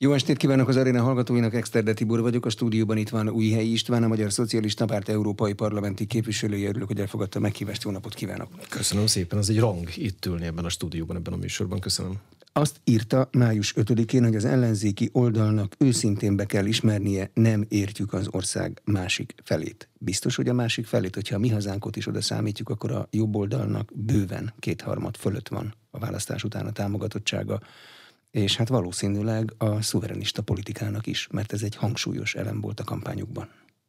Jó estét kívánok az Aréna hallgatóinak, Exterde Tibor vagyok, a stúdióban itt van Újhelyi István, a Magyar Szocialista Párt európai parlamenti képviselője. Örülök, hogy elfogadta a meghívást, jó napot kívánok! Köszönöm szépen, az egy rang itt ülni ebben a stúdióban, ebben a műsorban, köszönöm. Azt írta május 5-én, hogy az ellenzéki oldalnak őszintén be kell ismernie, nem értjük az ország másik felét. Biztos, hogy a másik felét, hogyha a Mi Hazánkot is oda számítjuk, akkor a jobb oldalnak bőven 2/3 fölött van a választás után a támogatottsága. És hát valószínűleg a szuverenista politikának is, mert ez egy hangsúlyos elem volt a kampányukban.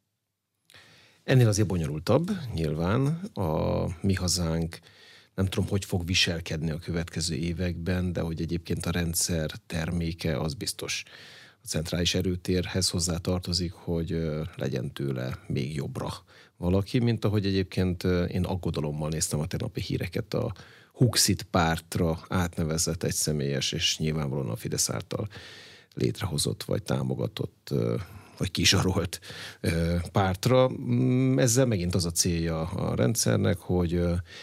Ennél azért bonyolultabb, nyilván. A Mi Hazánk nem tudom, hogy fog viselkedni a következő években, de hogy egyébként a rendszer terméke, az biztos. A centrális erőtérhez hozzá tartozik, hogy legyen tőle még jobbra valaki, mint ahogy egyébként én aggodalommal néztem a tegnapi híreket a Huxit pártra átnevezett egyszemélyes és nyilvánvalóan a Fidesz által létrehozott vagy támogatott vagy kizsarolt pártra. Ezzel megint az a célja a rendszernek, hogy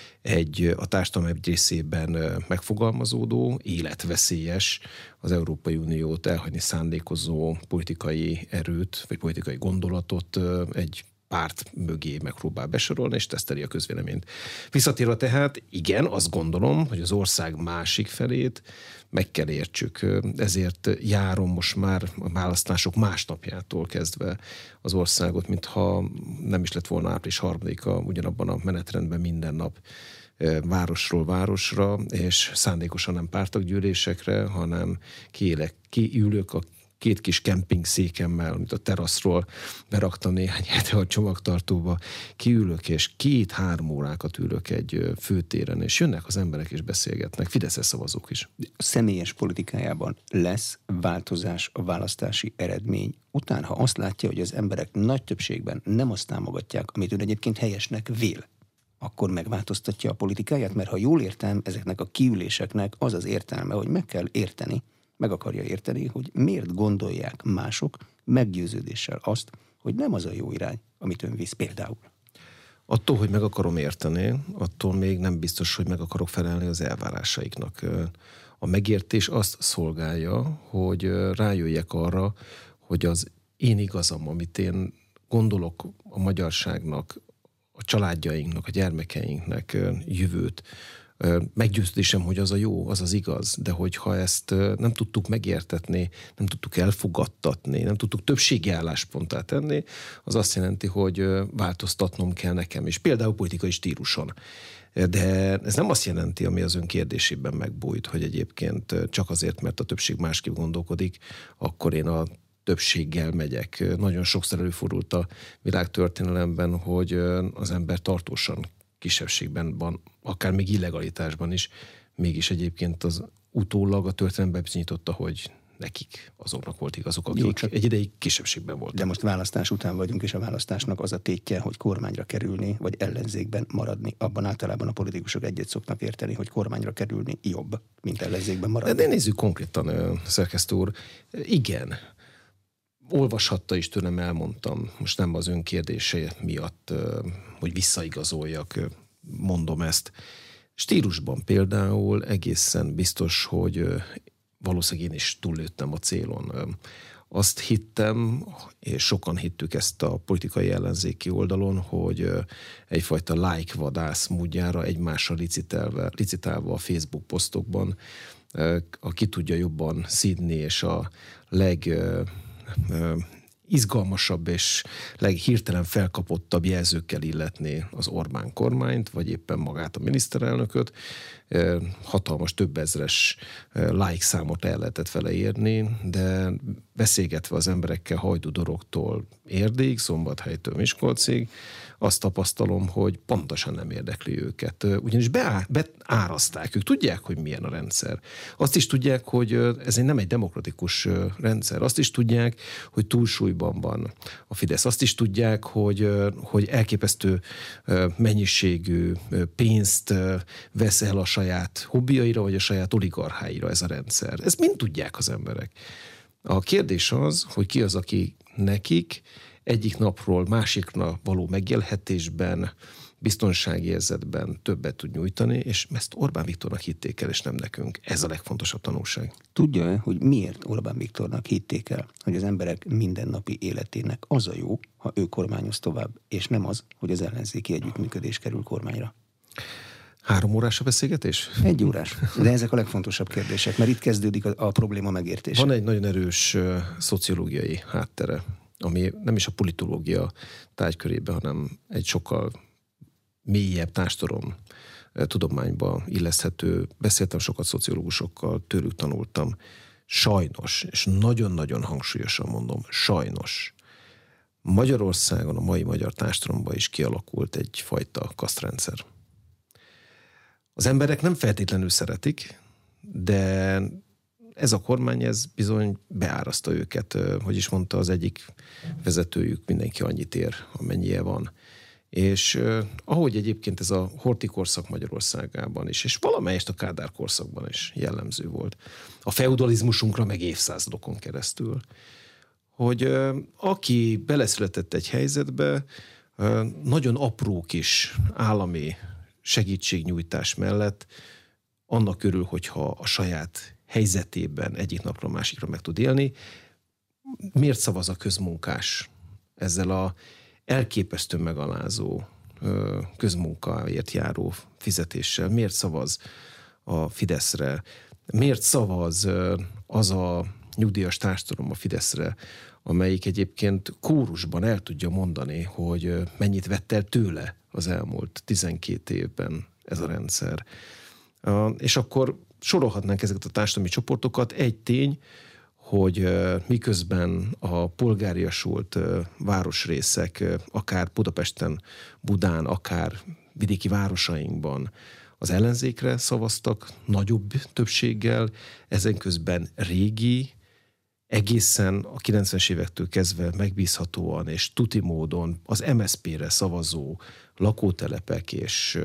a társadalom egy részében megfogalmazódó, életveszélyes, az Európai Uniót elhagyni szándékozó politikai erőt, vagy politikai gondolatot egy párt mögé megpróbál besorolni, és teszteli a közvéleményt. Visszatérve tehát, igen, azt gondolom, hogy az ország másik felét meg kell értsük. Ezért járom most már a választások másnapjától kezdve az országot, mintha nem is lett volna április 3-a, ugyanabban a menetrendben minden nap városról városra, és szándékosan nem pártaggyűlésekre, hanem kiülök a 2 kis kemping székemmel, amit a teraszról beraktam néhány hete a csomagtartóba, kiülök, és 2-3 órákat ülök egy főtéren, és jönnek az emberek és beszélgetnek, fideszes szavazók is. A személyes politikájában lesz változás a választási eredmény után, ha azt látja, hogy az emberek nagy többségben nem azt támogatják, amit ön egyébként helyesnek vél, akkor megváltoztatja a politikáját? Mert ha jól értem, ezeknek a kiüléseknek az az értelme, hogy meg kell érteni, meg akarja érteni, hogy miért gondolják mások meggyőződéssel azt, hogy nem az a jó irány, amit ön visz például. Attól, hogy meg akarom érteni, attól még nem biztos, hogy meg akarok felelni az elvárásaiknak. A megértés azt szolgálja, hogy rájöjjek arra, hogy az én igazam, amit én gondolok a magyarságnak, a családjainknak, a gyermekeinknek jövőt, meggyőződésem, hogy az a jó, az az igaz, de hogyha ezt nem tudtuk megértetni, nem tudtuk elfogadtatni, nem tudtuk többségi állásponttá tenni, az azt jelenti, hogy változtatnom kell nekem is, például politikai stíluson. De ez nem azt jelenti, ami az ön kérdésében megbújt, hogy egyébként csak azért, mert a többség másképp gondolkodik, akkor én a többséggel megyek. Nagyon sokszor előfordult a világtörténelemben, hogy az ember tartósan kisebbségben van, akár még illegalitásban is, mégis egyébként az utólag a történelem bebizonyította, hogy nekik azoknak volt igazuk, akik egy ideig kisebbségben voltak. De most választás után vagyunk, és a választásnak az a tétje, hogy kormányra kerülni, vagy ellenzékben maradni. Abban általában a politikusok egyet szoknak érteni, hogy kormányra kerülni jobb, mint ellenzékben maradni. De nézzük konkrétan, szerkesztő úr. Igen, olvashatta is tőlem, elmondtam, most nem az ön kérdése miatt, hogy visszaigazoljak, mondom ezt. Stílusban például egészen biztos, hogy valószínűleg én is túllőttem a célon. Azt hittem, és sokan hittük ezt a politikai ellenzéki oldalon, hogy egyfajta like vadász módjára egymással licitálva a Facebook posztokban, aki tudja jobban szídni, és a izgalmasabb és leghirtelen felkapottabb jelzőkkel illetni az Orbán kormányt, vagy éppen magát a miniszterelnököt. Hatalmas, több ezres like számot el lehetett vele érni, de beszélgetve az emberekkel Hajdú-Dorogtól Erdélyig, Szombathelytől Miskolcig, azt tapasztalom, hogy pontosan nem érdekli őket. Ugyanis beáraszták, ők tudják, hogy milyen a rendszer. Azt is tudják, hogy ez nem egy demokratikus rendszer. Azt is tudják, hogy túlsúlyban van a Fidesz. Azt is tudják, hogy elképesztő mennyiségű pénzt vesz el a saját hobbiaira, vagy a saját oligarcháira ez a rendszer. Ezt mind tudják az emberek. A kérdés az, hogy ki az, aki nekik egyik napról másikra való megélhetésben biztonsági érzetben többet tud nyújtani, és ezt Orbán Viktornak hitték el, és nem nekünk. Ez a legfontosabb tanulság. Tudja-e, hogy miért Orbán Viktornak hitték el, hogy az emberek mindennapi életének az a jó, ha ő kormányoz tovább, és nem az, hogy az ellenzéki együttműködés kerül kormányra? 3 órás a beszélgetés? 1 órás. De ezek a legfontosabb kérdések, mert itt kezdődik a probléma megértése. Van egy nagyon erős szociológiai háttere, ami nem is a politológia tárgykörében, hanem egy sokkal mélyebb társadalom tudományba illeszthető. Beszéltem sokat szociológusokkal, tőlük tanultam. Sajnos, és nagyon-nagyon hangsúlyosan mondom, sajnos Magyarországon, a mai magyar társadalomban is kialakult egyfajta kasztrendszer. Az emberek nem feltétlenül szeretik, de ez a kormány, ez bizony beáraszta őket. Hogy is mondta az egyik vezetőjük, mindenki annyit ér, amennyie van. És ahogy egyébként ez a Horthy korszak Magyarországában is, és valamelyest a Kádár korszakban is jellemző volt, a feudalizmusunkra meg évszázadokon keresztül, hogy aki beleszületett egy helyzetbe, nagyon apró kis állami segítségnyújtás mellett annak örül, hogyha a saját helyzetében egyik napra a másikra meg tud élni. Miért szavaz a közmunkás ezzel a elképesztő megalázó közmunkáért járó fizetéssel? Miért szavaz a Fideszre? Miért szavaz az a nyugdíjas társadalom a Fideszre, amelyik egyébként kórusban el tudja mondani, hogy mennyit vett el tőle az elmúlt 12 évben ez a rendszer. És akkor sorolhatnánk ezeket a társadalmi csoportokat. Egy tény, hogy miközben a polgáriasult városrészek, akár Budapesten, Budán, akár vidéki városainkban az ellenzékre szavaztak nagyobb többséggel, ezen közben régi, egészen a 90-es évektől kezdve megbízhatóan és tuti módon az MSZP-re szavazó lakótelepek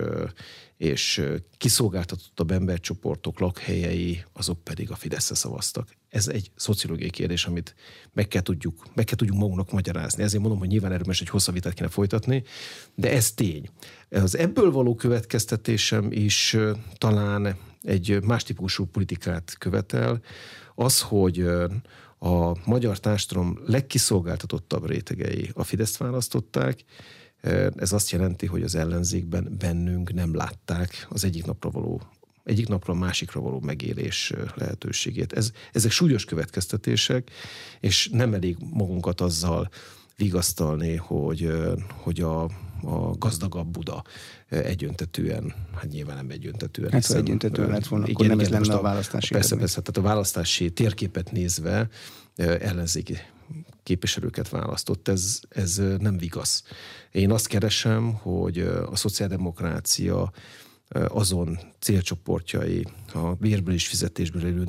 és kiszolgáltatottabb embercsoportok lakhelyei, azok pedig a Fideszre szavaztak. Ez egy szociológiai kérdés, amit meg kell tudjuk magunknak magyarázni. Ezért mondom, hogy nyilván erről egy hosszabb vitát kéne folytatni, de ez tény. Az ebből való következtetésem is talán egy más típusú politikát követel, az, hogy a magyar társadalom legkiszolgáltatottabb rétegei a Fideszt választották. Ez azt jelenti, hogy az ellenzékben bennünk nem látták az egyik napra a másikra való megélés lehetőségét. Ezek súlyos következtetések, és nem elég magunkat azzal vigasztalni, hogy a gazdagabb Buda egyöntetően, hát nyilván nem egyöntetően. Hát ha egyöntetően lett volna, akkor nem ez lenne a választási persze, tehát a választási térképet nézve ellenzéki képviselőket választott. Ez nem vigasz. Én azt keresem, hogy a szociáldemokrácia azon célcsoportjai, a bérből és fizetésből élő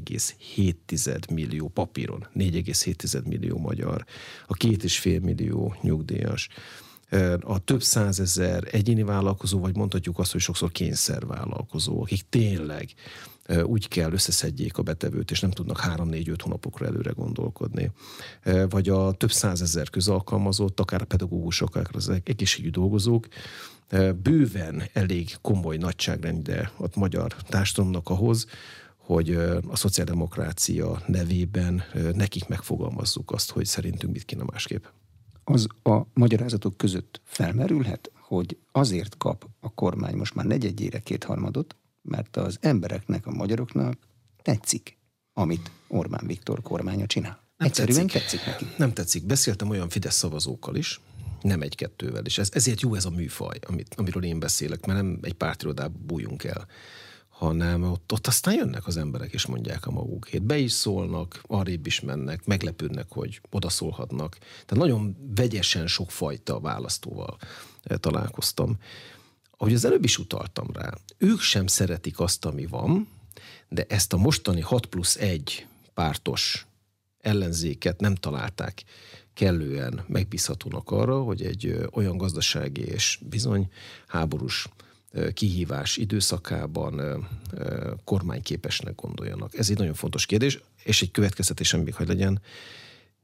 4,7 millió papíron, 4,7 millió magyar, a 2,5 millió nyugdíjas, a több százezer egyéni vállalkozó, vagy mondhatjuk azt, hogy sokszor kényszervállalkozó, akik tényleg úgy kell összeszedjék a betevőt, és nem tudnak 3-4-5 hónapokra előre gondolkodni. Vagy a több százezer közalkalmazott, akár a pedagógusok, akár az egészségügyi dolgozók, bőven elég komoly nagyságrendje a magyar társadalomnak ahhoz, hogy a szociáldemokrácia nevében nekik megfogalmazzuk azt, hogy szerintünk mit kéne másképp. Az a magyarázatok között felmerülhet, hogy azért kap a kormány most már negyedjére 2/3, mert az embereknek, a magyaroknak tetszik, amit Orbán Viktor kormánya csinál. Egyszerűen tetszik neki. Nem tetszik. Beszéltem olyan Fidesz szavazókkal is, nem 1-2-vel is. Ezért jó ez a műfaj, amiről én beszélek, mert nem egy pártirodába bújjunk el, hanem ott aztán jönnek az emberek, és mondják a magukét. Be is szólnak, arrébb is mennek, meglepődnek, hogy odaszólhatnak. Tehát nagyon vegyesen sokfajta választóval találkoztam. Ahogy az előbb is utaltam rá, ők sem szeretik azt, ami van, de ezt a mostani 6+1 pártos ellenzéket nem találták kellően megbízhatónak arra, hogy egy olyan gazdasági és bizony háborús kihívás időszakában kormányképesnek gondoljanak. Ez egy nagyon fontos kérdés, és egy következtetésem még, hogy legyen,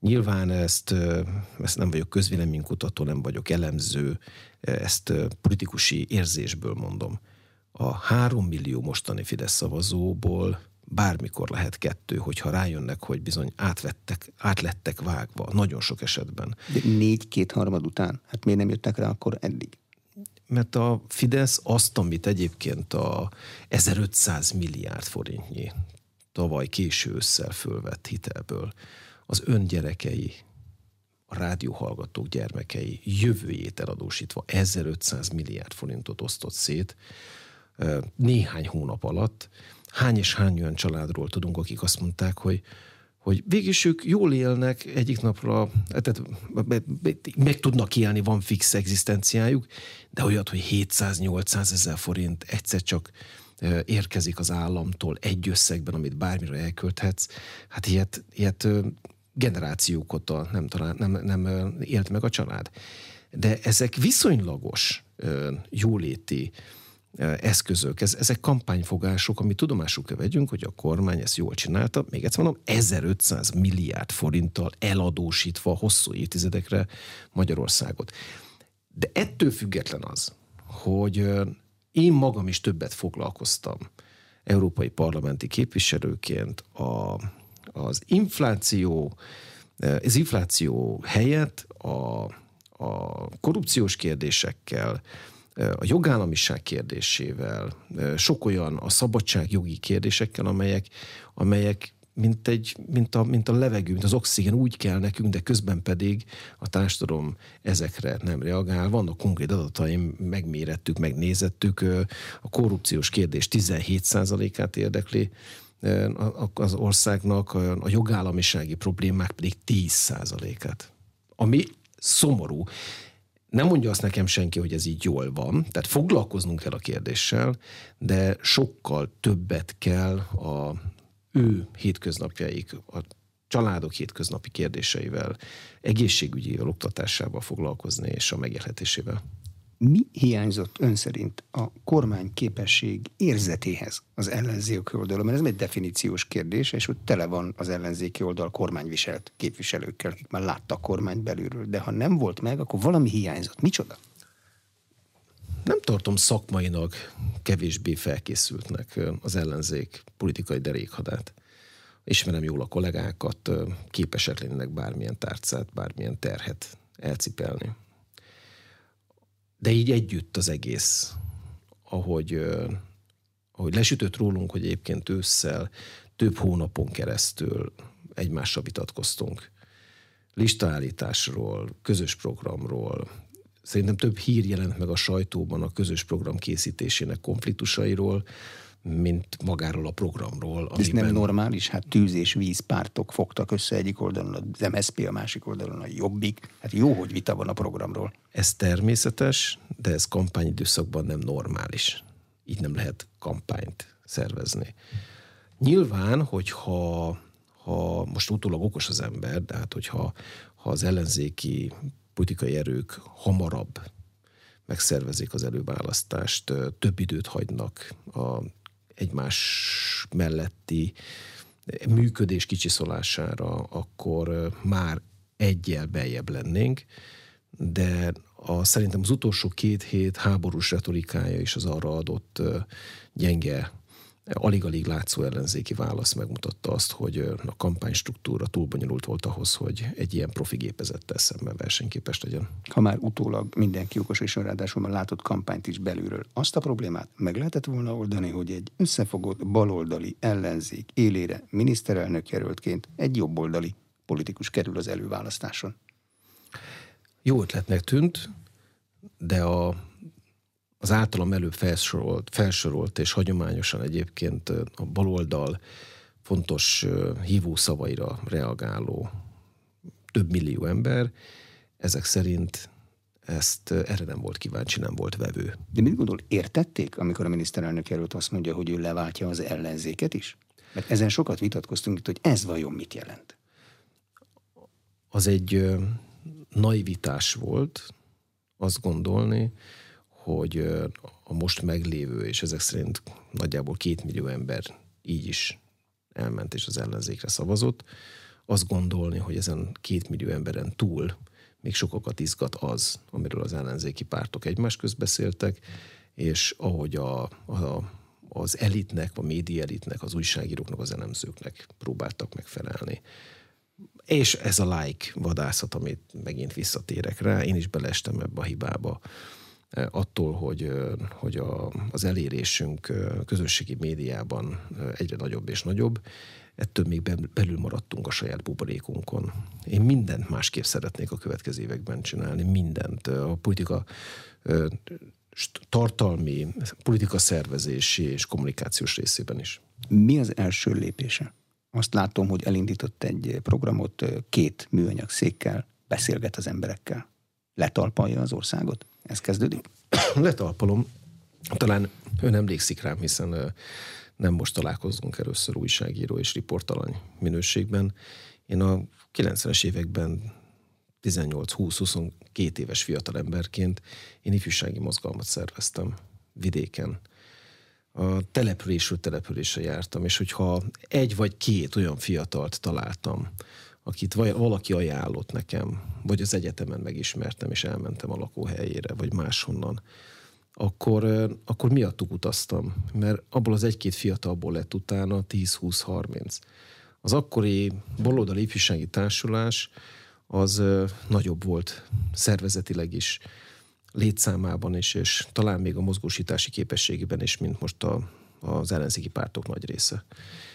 Nyilván ezt nem vagyok közvéleménykutató, nem vagyok elemző, ezt politikusi érzésből mondom. A 3 millió mostani Fidesz szavazóból bármikor lehet 2, hogyha rájönnek, hogy bizony átlettek vágva, nagyon sok esetben. De 4/2 után? Hát miért nem jöttek rá akkor eddig? Mert a Fidesz azt, amit egyébként a 1500 milliárd forintnyi tavaly késő ősszel fölvett hitelből az öngyerekei, a rádióhallgatók gyermekei jövőjét eladósítva 1500 milliárd forintot osztott szét néhány hónap alatt. Hány és hány olyan családról tudunk, akik azt mondták, hogy végülis ők jól élnek egyik napra, tehát meg tudnak élni, van fix egzisztenciájuk, de olyat, hogy 700-800 ezer forint egyszer csak érkezik az államtól egy összegben, amit bármire elkölthetsz, hát ilyet generációk óta nem élt meg a család. De ezek viszonylagos jóléti eszközök, ezek kampányfogások, amit tudomásul kell vegyünk, hogy a kormány ezt jól csinálta, még egyszer mondom, 1500 milliárd forinttal eladósítva hosszú évtizedekre Magyarországot. De ettől független az, hogy én magam is többet foglalkoztam európai parlamenti képviselőként az infláció helyett a korrupciós kérdésekkel, a jogállamiság kérdésével, sok olyan a szabadságjogi kérdésekkel, amelyek mint a levegő, mint az oxigén úgy kell nekünk, de közben pedig a társadalom ezekre nem reagál. Vannak konkrét adataim, megmérettük, megnézettük, a korrupciós kérdés 17%-át érdekli az országnak, a jogállamisági problémák pedig 10%-át. Ami szomorú. Nem mondja azt nekem senki, hogy ez így jól van, tehát foglalkoznunk kell a kérdéssel, de sokkal többet kell a ő hétköznapjaik, a családok hétköznapi kérdéseivel, egészségügyével, oktatásával foglalkozni és a megélhetésével. Mi hiányzott ön szerint a kormány képesség érzetéhez az ellenzéki oldalon? Mert ez egy definíciós kérdés, és ott tele van az ellenzéki oldal kormányviselt képviselőkkel, akik már láttak kormányt belülről. De ha nem volt meg, akkor valami hiányzott. Micsoda? Nem tartom szakmainak kevésbé felkészültnek az ellenzék politikai derékhadát. Ismerem jól a kollégákat, képesek lennének bármilyen tárcát, bármilyen terhet elcipelni. De így együtt az egész, ahogy lesütött rólunk, hogy egyébként ősszel több hónapon keresztül egymással vitatkoztunk. Listaállításról, közös programról. Szerintem több hír jelent meg a sajtóban a közös program készítésének konfliktusairól, mint magáról a programról. Ez nem normális? Hát tűz és víz pártok fogtak össze egyik oldalon, az MSZP, a másik oldalon a Jobbik. Hát jó, hogy vita van a programról. Ez természetes, de ez kampányidőszakban nem normális. Így nem lehet kampányt szervezni. Nyilván, hogyha most utólag okos az ember, de hát hogyha az ellenzéki politikai erők hamarabb megszervezik az előválasztást, több időt hagynak egymás melletti működés kicsiszolására, akkor már egyel beljebb lennénk, de szerintem az utolsó 2 hét háborús retorikája és az arra adott gyenge, alig-alig látszó ellenzéki válasz megmutatta azt, hogy a kampánystruktúra túl bonyolult volt ahhoz, hogy egy ilyen profi gépezettel szemben versenyképes legyen. Ha már utólag mindenki okos, és ráadásul már látott kampányt is belülről, azt a problémát meg lehetett volna oldani, hogy egy összefogott baloldali ellenzék élére miniszterelnök jelöltként egy jobboldali politikus kerül az előválasztáson. Jó ötletnek tűnt, de az általam előbb felsorolt és hagyományosan egyébként a baloldal fontos hívószavaira reagáló több millió ember, ezek szerint erre nem volt kíváncsi, nem volt vevő. De mit gondol, értették, amikor a miniszterelnök jelölt azt mondja, hogy ő leváltja az ellenzéket is? Mert ezen sokat vitatkoztunk itt, hogy ez vajon mit jelent? Az egy naivitás volt azt gondolni, hogy a most meglévő, és ezek szerint nagyjából 2 millió ember így is elment és az ellenzékre szavazott, azt gondolni, hogy ezen 2 millió emberen túl még sokakat izgat az, amiről az ellenzéki pártok egymás közt beszéltek, és ahogy az elitnek, a média elitnek, az újságíróknak, az elemzőknek próbáltak megfelelni. És ez a like vadászat, amit megint visszatérek rá, én is beleestem ebbe a hibába. Attól, hogy az elérésünk közösségi médiában egyre nagyobb és nagyobb, ettől még belül maradtunk a saját buborékunkon. Én mindent másképp szeretnék a következő években csinálni, mindent. A politika tartalmi, politika szervezési és kommunikációs részében is. Mi az első lépése? Azt látom, hogy elindított egy programot, 2 műanyag székkel beszélget az emberekkel. Letalpalja az országot? Ez kezdődik? Letalpalom. Talán ön emlékszik rám, hiszen nem most találkozunk először újságíró és riportalany minőségben. Én a 90-es években 18-20-22 éves fiatalemberként én ifjúsági mozgalmat szerveztem vidéken. A településről településre jártam, és hogyha 1 vagy 2 olyan fiatalt találtam, akit valaki ajánlott nekem, vagy az egyetemen megismertem, és elmentem a lakóhelyére, vagy máshonnan, akkor miattuk utaztam, mert abból az 1-2 fiatalból lett utána 10-20-30. Az akkori baloldali ifjúsági társulás az nagyobb volt szervezetileg is, létszámában is, és talán még a mozgósítási képességében is, mint most az ellenzéki pártok nagy része.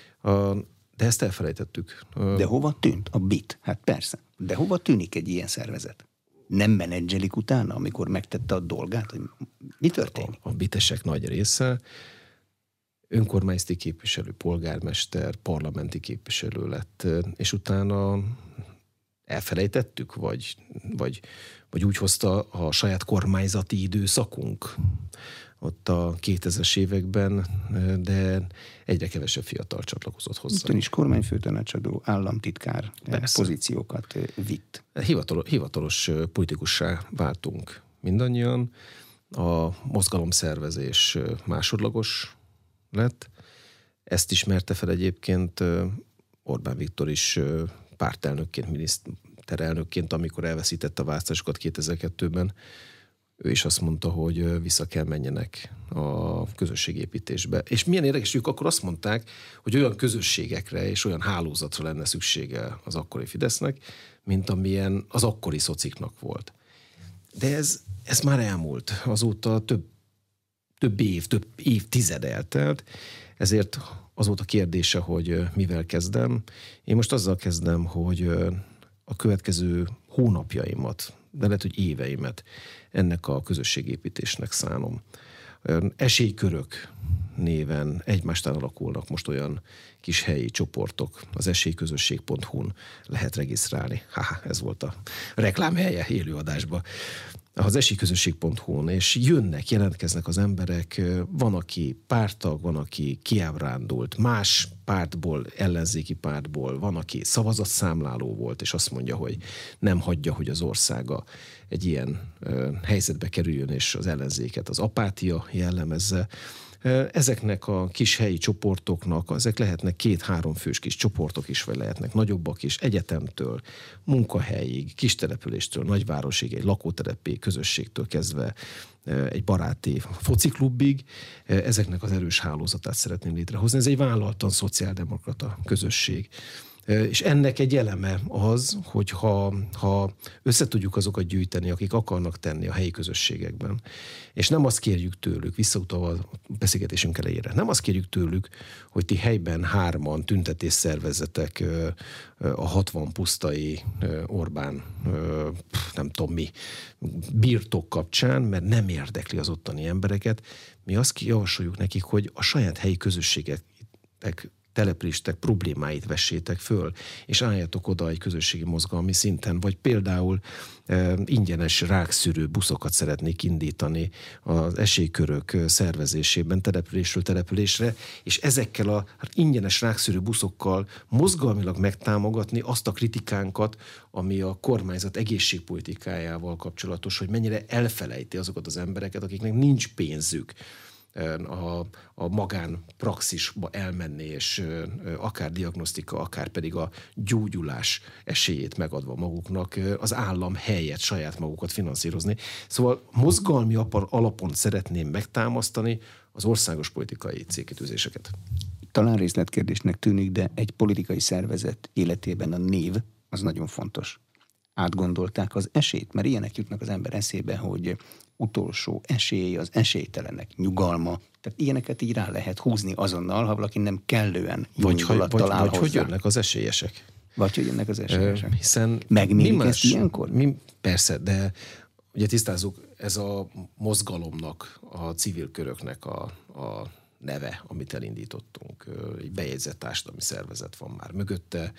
De ezt elfelejtettük. De hova tűnt a BIT? Hát persze. De hova tűnik egy ilyen szervezet? Nem menedzselik utána, amikor megtette a dolgát? Hogy mi történik? A bitesek nagy része önkormányzati képviselő, polgármester, parlamenti képviselő lett, és utána elfelejtettük, vagy úgy hozta a saját kormányzati időszakunk ott a 2000-es években, de egyre kevesebb fiatal csatlakozott hozzá. Ön is kormányfőtanácsadó, államtitkár pozíciókat vitt. Hivatalos politikussá váltunk mindannyian. A mozgalomszervezés másodlagos lett. Ezt ismerte fel egyébként Orbán Viktor is pártelnökként, miniszterelnökként, amikor elveszítette a választásokat 2002-ben. Ő is azt mondta, hogy vissza kell menjenek a közösségépítésbe. És milyen érdekes, ők akkor azt mondták, hogy olyan közösségekre és olyan hálózatra lenne szüksége az akkori Fidesznek, mint amilyen az akkori szociknak volt. De ez már elmúlt. Azóta több évtized eltelt, ezért az volt a kérdése, hogy mivel kezdem. Én most azzal kezdem, hogy a következő hónapjaimat, de lehet, hogy éveimet ennek a közösségépítésnek szánom. Esélykörök néven egymástán alakulnak most olyan kis helyi csoportok. Az esélyközösség.hu-n lehet regisztrálni. Ez volt a reklámhelye élőadásban. Az esélyközösség.hu-n, és jelentkeznek az emberek, van, aki párttag, van, aki kiábrándult, más pártból, ellenzéki pártból, van, aki szavazatszámláló volt, és azt mondja, hogy nem hagyja, hogy az országa egy ilyen helyzetbe kerüljön, és az ellenzéket az apátia jellemezze. Ezeknek a kis helyi csoportoknak, ezek lehetnek 2-3 fős kis csoportok is, vagy lehetnek nagyobbak is, egyetemtől, munkahelyig, kistelepüléstől, nagyvárosig, egy lakótelepi közösségtől kezdve egy baráti fociklubig, ezeknek az erős hálózatát szeretném létrehozni. Ez egy vállaltan szociáldemokrata közösség. És ennek egy eleme az, hogy ha összetudjuk azokat gyűjteni, akik akarnak tenni a helyi közösségekben, és nem azt kérjük tőlük, visszautalva a beszélgetésünk elejére, nem azt kérjük tőlük, hogy ti helyben 3 tüntetésszervezetek a 60 pusztai Orbán, nem tudom mi, birtok kapcsán, mert nem érdekli az ottani embereket. Mi azt javasoljuk nekik, hogy a saját helyi közösségek településtek problémáit vessétek föl, és álljatok oda egy közösségi mozgalmi szinten, vagy például ingyenes rákszűrő buszokat szeretnék indítani az esélykörök szervezésében településről településre, és ezekkel a ingyenes rákszűrő buszokkal mozgalmilag megtámogatni azt a kritikánkat, ami a kormányzat egészségpolitikájával kapcsolatos, hogy mennyire elfelejti azokat az embereket, akiknek nincs pénzük a magánpraxisba elmenni, és akár diagnosztika, akár pedig a gyógyulás esélyét megadva maguknak az állam helyett saját magukat finanszírozni. Szóval mozgalmi alapon szeretném megtámasztani az országos politikai célkitűzéseket. Talán részletkérdésnek tűnik, de egy politikai szervezet életében a név az nagyon fontos. Átgondolták az esélyt, mert ilyenek jutnak az ember eszébe, hogy utolsó esély, az esélytelenek nyugalma. Tehát ilyeneket így rá lehet húzni azonnal, ha valaki nem kellően jó indulattal áll hozzá. Vagy hogy jönnek az esélyesek. Vagy hogy jönnek az esélyesek. Hiszen megmérik ezt ilyenkor? Persze, de ugye tisztázzuk, ez a mozgalomnak, a civil köröknek a neve, amit elindítottunk. Egy bejegyzett társadalmi szervezet van már mögötte.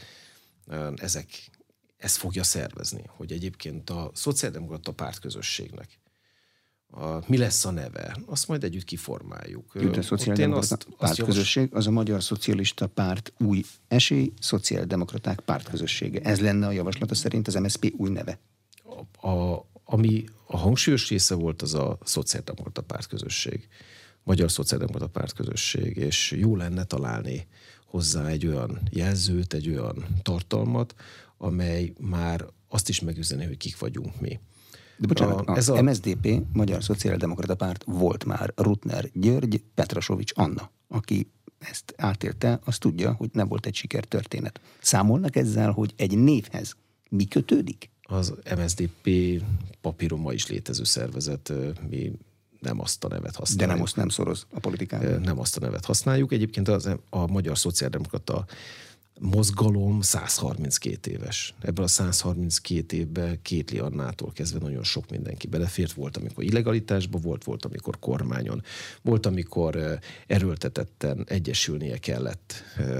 Ez fogja szervezni, hogy egyébként a szociáldemokrata pártközösségnek mi lesz a neve, azt majd együtt kiformáljuk. A szociáldemokrata pártközösség az a Magyar Szocialista Párt új esély, szociáldemokraták pártközössége. Ez lenne a javaslata szerint az MSZP új neve? Ami a hangsúlyos része volt, az a szociáldemokrata pártközösség. Magyar Szociáldemokrata Pártközösség, és jó lenne találni hozzá egy olyan jelzőt, egy olyan tartalmat, amely már azt is megüzeni, hogy kik vagyunk mi. De bocsánat, az MSZDP, Magyar Szociáldemokrata Párt volt már Ruttner György, Petrasovics Anna, aki ezt átélte, azt tudja, hogy nem volt egy sikertörténet. Számolnak ezzel, hogy egy névhez mi kötődik? Az MSZDP papíron ma is létező szervezet, mi nem azt a nevet használjuk. De nem szoroz a politikában. Nem azt a nevet használjuk. Egyébként a Magyar Szociáldemokrata mozgalom 132 éves. Ebből a 132 évben Kétli Annától kezdve nagyon sok mindenki belefért. Volt, amikor illegalitásban volt, amikor kormányon, volt, amikor erőltetetten egyesülnie kellett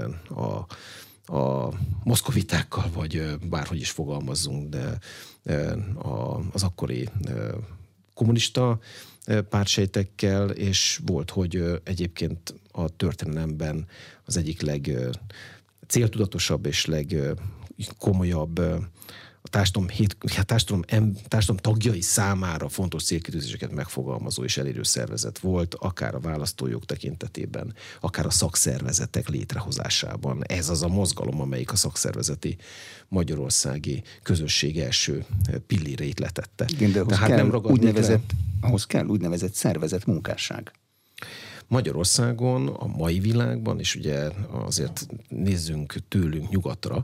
a moszkovitákkal, vagy bárhogy is fogalmazzunk, de az akkori kommunista pártsejtekkel, és volt, hogy egyébként a történelemben az egyik legcéltudatosabb és legkomolyabb a társadalom tagjai számára fontos célkitűzéseket megfogalmazó és elérő szervezet volt, akár a választójog tekintetében, akár a szakszervezetek létrehozásában. Ez az a mozgalom, amelyik a szakszervezeti magyarországi közösség első pilléreit letette. Igen, de ahhoz kell úgynevezett szervezet munkásság. Magyarországon, a mai világban, és ugye azért nézzünk tőlünk nyugatra,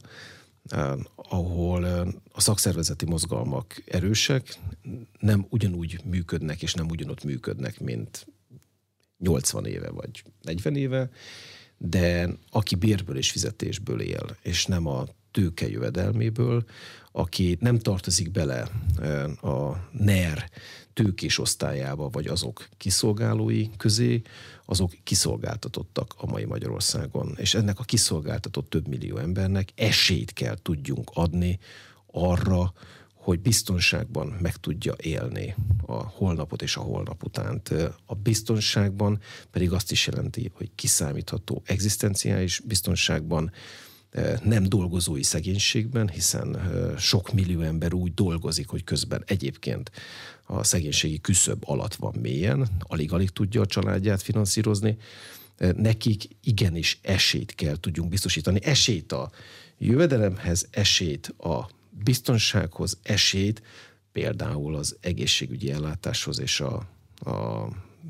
ahol a szakszervezeti mozgalmak erősek, nem ugyanúgy működnek, és nem ugyanott működnek, mint 80 éve vagy 40 éve, de aki bérből és fizetésből él, és nem a tőke jövedelméből, aki nem tartozik bele a NER tőkés osztályába, vagy azok kiszolgálói közé, azok kiszolgáltatottak a mai Magyarországon. És ennek a kiszolgáltatott több millió embernek esélyt kell tudjunk adni arra, hogy biztonságban meg tudja élni a holnapot és a holnap utánt. A biztonságban pedig azt is jelenti, hogy kiszámítható egzisztenciális biztonságban, nem dolgozói szegénységben, hiszen sok millió ember úgy dolgozik, hogy közben egyébként a szegénységi küszöb alatt van mélyen, alig-alig tudja a családját finanszírozni. Nekik igenis esélyt kell tudjunk biztosítani. Esélyt a jövedelemhez, esélyt a biztonsághoz, esélyt például az egészségügyi ellátáshoz és a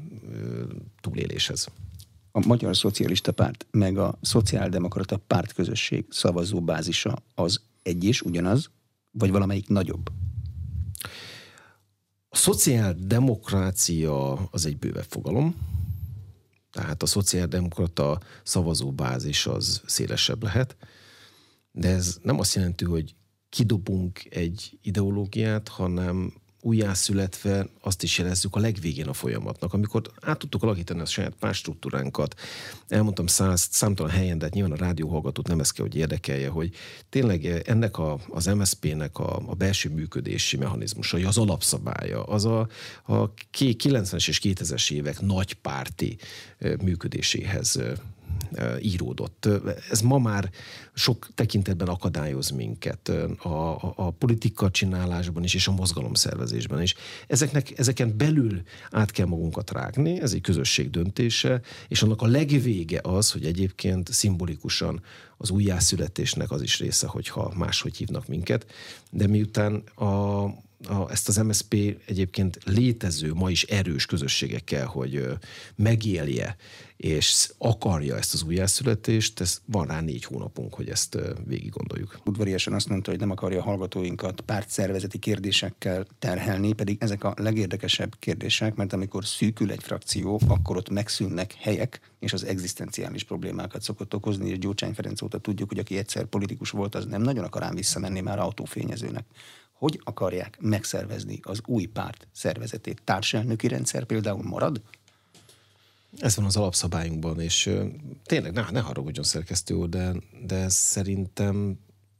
túléléshez. A Magyar Szocialista Párt meg a Szociáldemokrata Pártközösség szavazóbázisa az egy és ugyanaz, vagy valamelyik nagyobb? A szociáldemokrácia az egy bővebb fogalom, tehát a szociáldemokrata szavazóbázis az szélesebb lehet, de ez nem azt jelenti, hogy kidobunk egy ideológiát, hanem újjászületve azt is jelezzük a legvégén a folyamatnak, amikor át tudtuk alakítani a saját pártstruktúránkat. Elmondtam számtalan helyen, de hát nyilván a rádióhallgatót nem ez kell, hogy érdekelje, hogy tényleg ennek az MSZP-nek a belső működési mechanizmusai, az alapszabálya, az a 90-es és 2000-es évek nagypárti működéséhez íródott. Ez ma már sok tekintetben akadályoz minket a politika csinálásban is, és a mozgalomszervezésben is. Ezeken belül át kell magunkat rágni, ez egy közösség döntése, és annak a legvége az, hogy egyébként szimbolikusan az újjászületésnek az is része, hogyha máshogy hívnak minket, de miután ezt az MSZP egyébként létező, ma is erős közösségekkel, hogy megélje, és akarja ezt az újjászületést, ez van rá 4 hónapunk, hogy ezt végig gondoljuk. Udvariasan azt mondta, hogy nem akarja hallgatóinkat pártszervezeti kérdésekkel terhelni, pedig ezek a legérdekesebb kérdések, mert amikor szűkül egy frakció, akkor ott megszűnnek helyek, és az egzisztenciális problémákat szokott okozni, és Gyurcsány Ferenc óta tudjuk, hogy aki egyszer politikus volt, az nem nagyon akar ám visszamenni már autófényezőnek. Hogy akarják megszervezni az új párt szervezetét? Társelnöki rendszer például marad? Ez van az alapszabályunkban, és tényleg ne haragudjon szerkesztő úr, de szerintem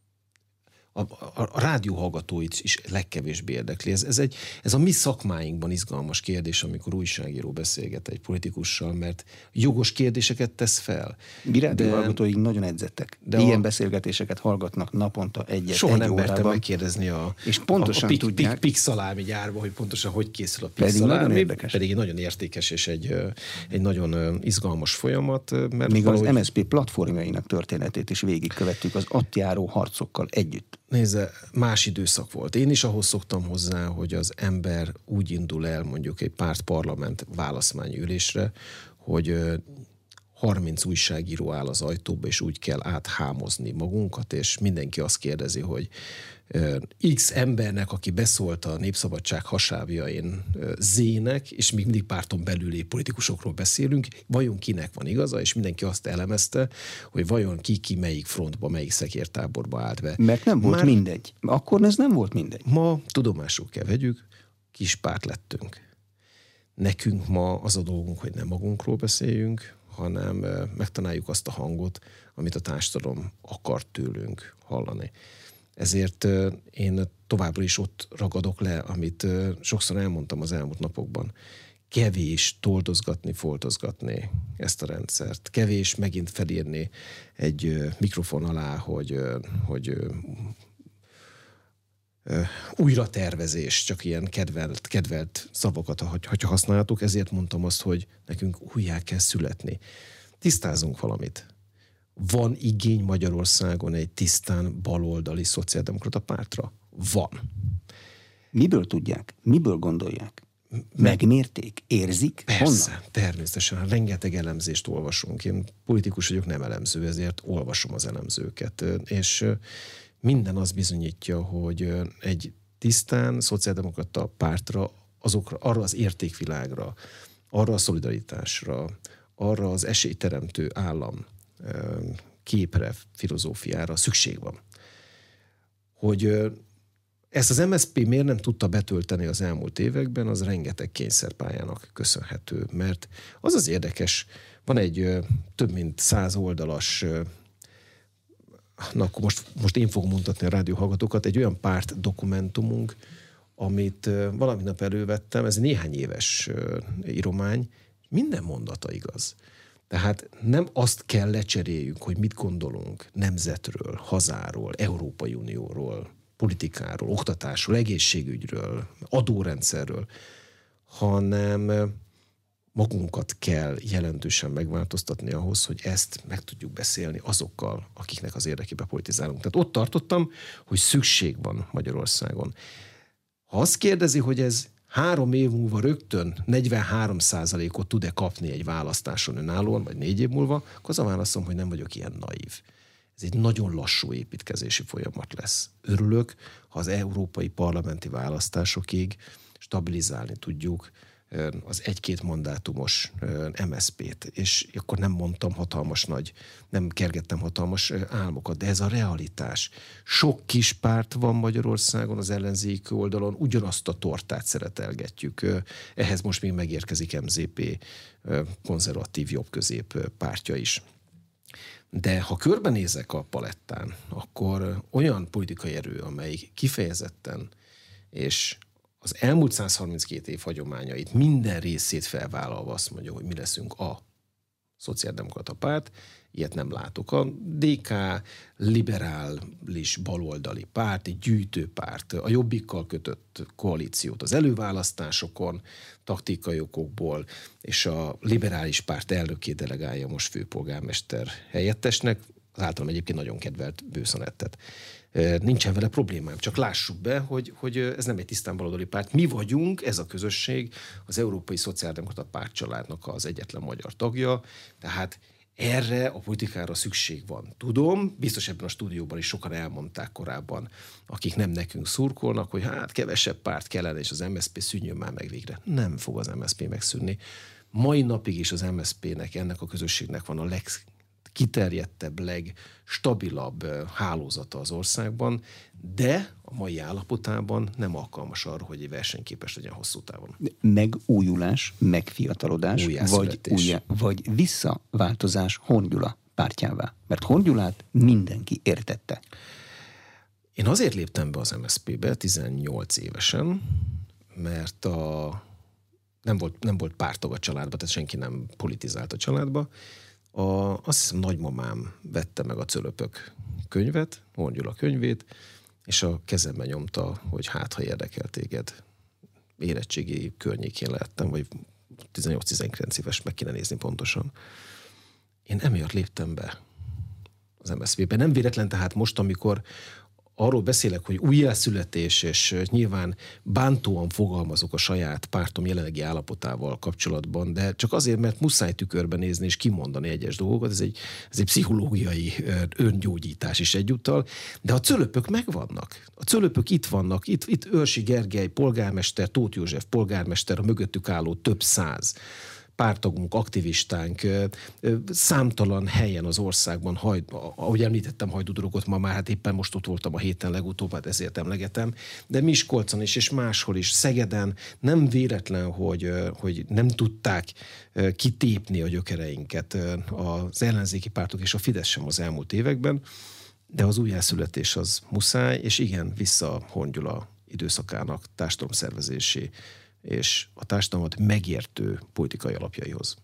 a rádió hallgatóit is legkevésbé érdekli. Ez a mi szakmáinkban izgalmas kérdés, amikor újságíró beszélget egy politikussal, mert jogos kérdéseket tesz fel. Mi rádió hallgatóink nagyon edzettek. Ilyen beszélgetéseket hallgatnak naponta egyet. Soha nem mertem megkérdezni és pontosan tudják. Pixalámi gyárba, hogy pontosan hogy készül a pixalámi. Pedig egy nagyon értékes és egy nagyon izgalmas folyamat. Mert még az MSZP platformjainak történetét is végigkövettük az ott járó harcokkal együtt. Nézze, más időszak volt. Én is ahhoz szoktam hozzá, hogy az ember úgy indul el mondjuk egy párt-parlament választmányi ülésre, hogy 30 újságíró áll az ajtóba, és úgy kell áthámozni magunkat, és mindenki azt kérdezi, hogy X embernek, aki beszólt a Népszabadság hasábjain Z-nek, és még mindig párton belüli politikusokról beszélünk, vajon kinek van igaza, és mindenki azt elemezte, hogy vajon ki melyik frontba, melyik szekértáborba állt be. Mert nem volt mindegy. Akkor ez nem volt mindegy. Ma tudomásul kell vegyük, kis párt lettünk. Nekünk ma az a dolgunk, hogy nem magunkról beszéljünk, hanem megtaláljuk azt a hangot, amit a társadalom akar tőlünk hallani. Ezért én továbbra is ott ragadok le, amit sokszor elmondtam az elmúlt napokban. Kevés toldozgatni, foltozgatni ezt a rendszert. Kevés megint felírni egy mikrofon alá, hogy újratervezés, csak ilyen kedvelt szavakat, hogyha használtuk, ezért mondtam azt, hogy nekünk újjá kell születni. Tisztázunk valamit. Van igény Magyarországon egy tisztán baloldali szociáldemokrata pártra? Van. Miből tudják? Miből gondolják? Megmérték? Érzik? Persze, honnan? Természetesen. Rengeteg elemzést olvasunk. Én politikus vagyok, nem elemző, ezért olvasom az elemzőket. És minden az bizonyítja, hogy egy tisztán szociáldemokrata pártra, arra az értékvilágra, arra a szolidaritásra, arra az esélyteremtő állam képre, filozófiára szükség van. Hogy ezt az MSZP miért nem tudta betölteni az elmúlt években, az rengeteg kényszerpályának köszönhető. Mert az érdekes, van egy több mint 100 oldalas, akkor most én fogom mutatni a rádióhallgatókat, egy olyan párt dokumentumunk, amit valami nap elővettem, ez néhány éves íromány, minden mondata igaz. Tehát nem azt kell lecseréljünk, hogy mit gondolunk nemzetről, hazáról, Európai Unióról, politikáról, oktatásról, egészségügyről, adórendszerről, hanem magunkat kell jelentősen megváltoztatni ahhoz, hogy ezt meg tudjuk beszélni azokkal, akiknek az érdekébe politizálunk. Tehát ott tartottam, hogy szükség van Magyarországon. Ha azt kérdezi, hogy ez 3 év múlva rögtön 43%-ot tud-e kapni egy választáson önállóan, vagy 4 év múlva, akkor az a válaszom, hogy nem vagyok ilyen naív. Ez egy nagyon lassú építkezési folyamat lesz. Örülök, ha az európai parlamenti választásokig stabilizálni tudjuk az 1-2 mandátumos MSZP-t, és akkor nem mondtam nem kergettem hatalmas álmokat, de ez a realitás. Sok kis párt van Magyarországon az ellenzéki oldalon, ugyanazt a tortát szeretelgetjük. Ehhez most még megérkezik MZP, konzervatív jobb-közép pártja is. De ha körbenézek a palettán, akkor olyan politikai erő, amely kifejezetten és az elmúlt 132 év hagyományait, minden részét felvállalva azt mondja, hogy mi leszünk a szociáldemokrata párt, ilyet nem látok. A DK liberális baloldali párt, egy gyűjtőpárt, a Jobbikkal kötött koalíciót az előválasztásokon, taktikai okokból, és a liberális párt elnökét delegálja most főpolgármester helyettesnek, az általam egyébként nagyon kedvelt Bőszanettet. Nincsen vele problémám, csak lássuk be, hogy ez nem egy tisztán baloldali párt. Mi vagyunk, ez a közösség, az Európai Szociáldemokrata Pártcsaládnak az egyetlen magyar tagja, tehát erre a politikára szükség van. Tudom, biztos ebben a stúdióban is sokan elmondták korábban, akik nem nekünk szurkolnak, hogy hát kevesebb párt kellene, és az MSZP szűnjön már meg végre. Nem fog az MSZP megszűnni. Mai napig is az MSZP-nek, ennek a közösségnek van a legkiterjedtebb, legstabilabb hálózata az országban, de a mai állapotában nem alkalmas arra, hogy versenyképes legyen hosszú távon. Megújulás, megfiatalodás, vagy visszaváltozás Horn Gyula pártjává. Mert Horn Gyulát mindenki értette. Én azért léptem be az MSZP-be 18 évesen, mert nem volt pártag a családba, tehát senki nem politizált a családba. Azt hiszem nagymamám vette meg a Cölöpök könyvet, Horn Gyula könyvét, és a kezembe nyomta, hogy hát, ha érdekel téged. Érettségi környékén lehettem, vagy 18-19 éves, meg kéne nézni pontosan. Én emiatt léptem be az MSZP-be. Nem véletlen tehát most, amikor arról beszélek, hogy újjászületés, és nyilván bántóan fogalmazok a saját pártom jelenlegi állapotával kapcsolatban, de csak azért, mert muszáj tükörben nézni és kimondani egyes dolgokat, ez egy pszichológiai öngyógyítás is egyúttal, de a Cölöpök megvannak. A Cölöpök itt vannak, itt Őrsi Gergely polgármester, Tóth József polgármester, a mögöttük álló több száz pártagunk, aktivistánk, számtalan helyen az országban, ahogy említettem Hajdú-Drogot, ma már hát éppen most ott voltam a héten legutóbb, hát ezért emlegetem, de Miskolcon is, és máshol is, Szegeden nem véletlen, hogy nem tudták kitépni a gyökereinket az ellenzéki pártok és a Fidesz sem az elmúlt években, de az újjászületés az muszáj, és igen, vissza Horn Gyula időszakának társadalomszervezési és a társadalmat megértő politikai alapjaihoz.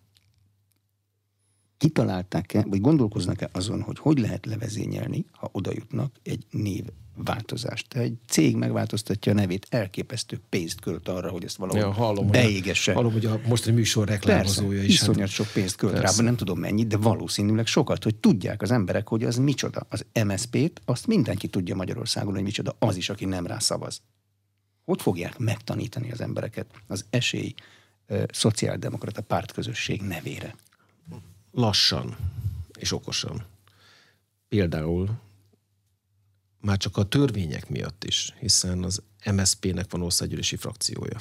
Kitalálták-e, vagy gondolkoznak-e azon, hogy lehet levezényelni, ha oda jutnak egy névváltozást? Egy cég megváltoztatja a nevét, elképesztő pénzt költ arra, hogy ezt valahogy beégesse. Hallom, hogy a mostani műsor reklámozója is. Iszonyat sok pénzt költ rá, nem tudom mennyit, de valószínűleg sokat, hogy tudják az emberek, hogy az micsoda. Az MSZP-t, azt mindenki tudja Magyarországon, hogy micsoda, az is, aki nem rá szavaz. Hogy fogják megtanítani az embereket az esély szociáldemokrata pártközösség nevére? Lassan és okosan. Például már csak a törvények miatt is, hiszen az MSZP-nek van országgyűlési frakciója.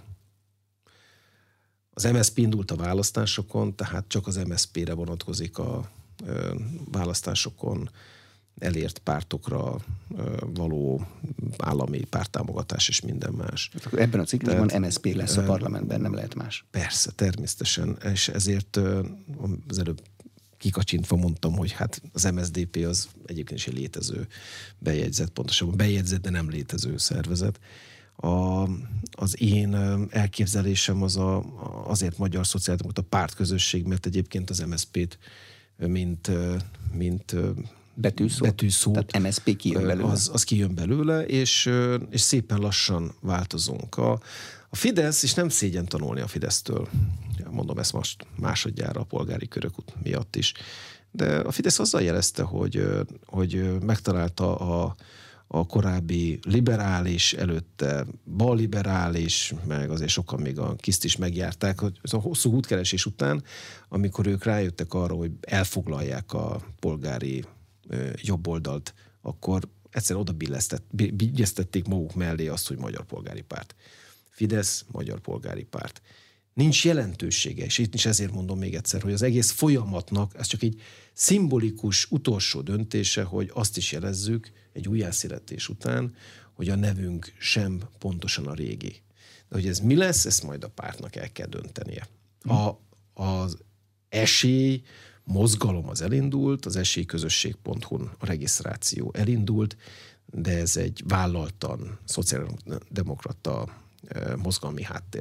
Az MSZP indult a választásokon, tehát csak az MSZP-re vonatkozik a választásokon elért pártokra való állami párttámogatás és minden más. Ebben a ciklusban MSZP lesz a parlamentben, nem lehet más. Persze, természetesen. És ezért az előbb kikacsintva mondtam, hogy hát az MSZDP az egyébként is egy létező bejegyzett, pontosabban bejegyzett, de nem létező szervezet. Az én elképzelésem az azért Magyar Szociáldemokrata Pártközösség, mert egyébként az MSZP-t mint betűszó. Tehát MSZP kijön belőle. Az kijön belőle, és szépen lassan változunk. A Fidesz, és nem szégyen tanulni a Fidesztől, mondom ezt most másodjára a polgári körök miatt is, de a Fidesz azzal jelezte, hogy megtalálta a korábbi liberális, előtte balliberális, meg azért sokan még a KISZ-t is megjárták, hogy ez a hosszú útkeresés után, amikor ők rájöttek arra, hogy elfoglalják a polgári jobboldalt, akkor egyszerűen oda billesztették maguk mellé azt, hogy Magyar Polgári Párt. Fidesz, Magyar Polgári Párt. Nincs jelentősége, és itt is ezért mondom még egyszer, hogy az egész folyamatnak ez csak egy szimbolikus utolsó döntése, hogy azt is jelezzük egy újjászületés után, hogy a nevünk sem pontosan a régi. De hogy ez mi lesz, ezt majd a pártnak el kell döntenie. Az esély mozgalom az elindult, az esélyközösség.hu-n a regisztráció elindult, de ez egy vállaltan szociáldemokrata mozgalmi háttér.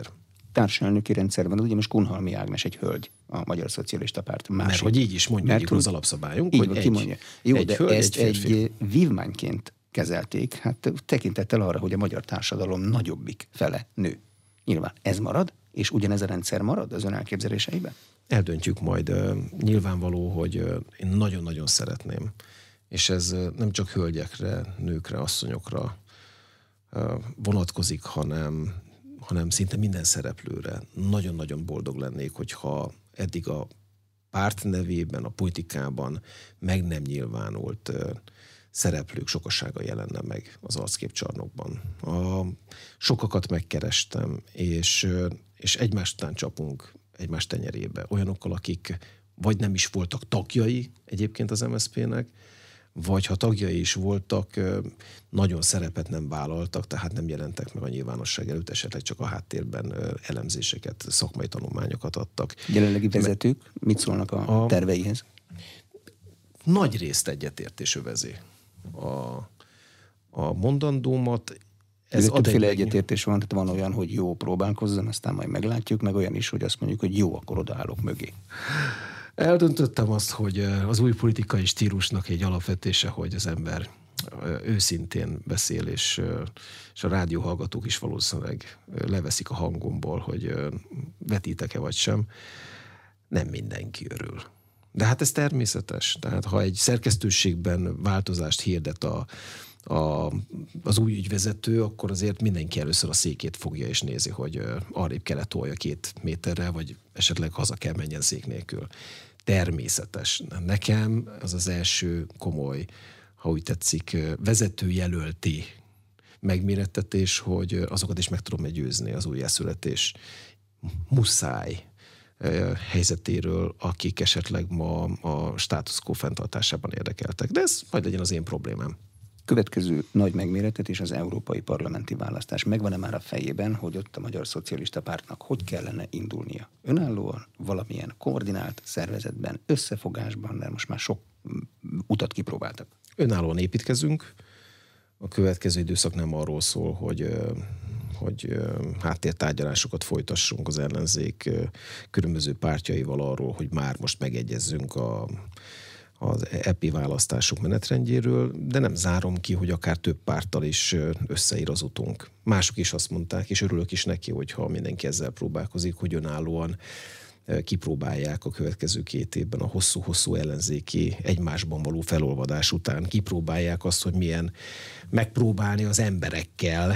társelnöki rendszerben, ugye most Kunhalmi Ágnes egy hölgy, a Magyar Szocialista Párt másik. Mert hogy így is mondjuk az alapszabályunk, így hogy van, kimondja. Jó, egy de hölgy, ezt egy vívmányként kezelték, hát tekintettel arra, hogy a magyar társadalom nagyobbik fele nő. Nyilván ez marad, és ugyanez a rendszer marad az ön elképzeléseiben? Eldöntjük majd. Nyilvánvaló, hogy én nagyon-nagyon szeretném, és ez nem csak hölgyekre, nőkre, asszonyokra vonatkozik, hanem szinte minden szereplőre. Nagyon-nagyon boldog lennék, hogyha eddig a párt nevében, a politikában meg nem nyilvánult szereplők sokasága jelenne meg az arcképcsarnokban. Sokakat megkerestem, és egymás után csapunk egymás tenyerébe. Olyanokkal, akik vagy nem is voltak tagjai egyébként az MSZP-nek, vagy ha tagjai is voltak, nagyon szerepet nem vállaltak, tehát nem jelentek meg a nyilvánosság előtt, esetleg csak a háttérben elemzéseket, szakmai tanulmányokat adtak. Jelenlegi vezetők mit szólnak a terveihez? Nagy részt egyetértés övezi a mondandómat. Ez többféle egyetértés van, tehát van olyan, hogy jó, próbálkozzon, aztán majd meglátjuk, meg olyan is, hogy azt mondjuk, hogy jó, akkor odaállok mögé. Eldöntöttem azt, hogy az új politikai stílusnak egy alapvetése, hogy az ember őszintén beszél, és a rádióhallgatók is valószínűleg leveszik a hangomból, hogy vetítek-e vagy sem. Nem mindenki örül. De hát ez természetes. Tehát ha egy szerkesztőségben változást hirdet az új ügyvezető, akkor azért mindenki először a székét fogja és nézi, hogy arrébb kell tolja 2 méterrel, vagy esetleg haza kell menjen szék nélkül. Természetes. Nekem az az első komoly, ha úgy tetszik, vezetőjelölti megmérettetés, hogy azokat is meg tudom győzni az újjászületés muszáj helyzetéről, akik esetleg ma a status quo fenntartásában érdekeltek. De ez majd legyen az én problémám. Következő nagy megmérettetés az európai parlamenti választás. Megvan-e már a fejében, hogy ott a Magyar Szocialista Pártnak hogy kellene indulnia? Önállóan, valamilyen koordinált szervezetben, összefogásban, mert most már sok utat kipróbáltak. Önállóan építkezünk. A következő időszak nem arról szól, hogy háttértárgyalásokat folytassunk az ellenzék különböző pártjaival arról, hogy már most megegyezzünk az EP választások menetrendjéről, de nem zárom ki, hogy akár több párttal is összeírazotunk. Mások is azt mondták, és örülök is neki, hogyha mindenki ezzel próbálkozik, hogy önállóan kipróbálják a következő 2 évben a hosszú-hosszú ellenzéki egymásban való felolvadás után. Kipróbálják azt, hogy milyen megpróbálni az emberekkel,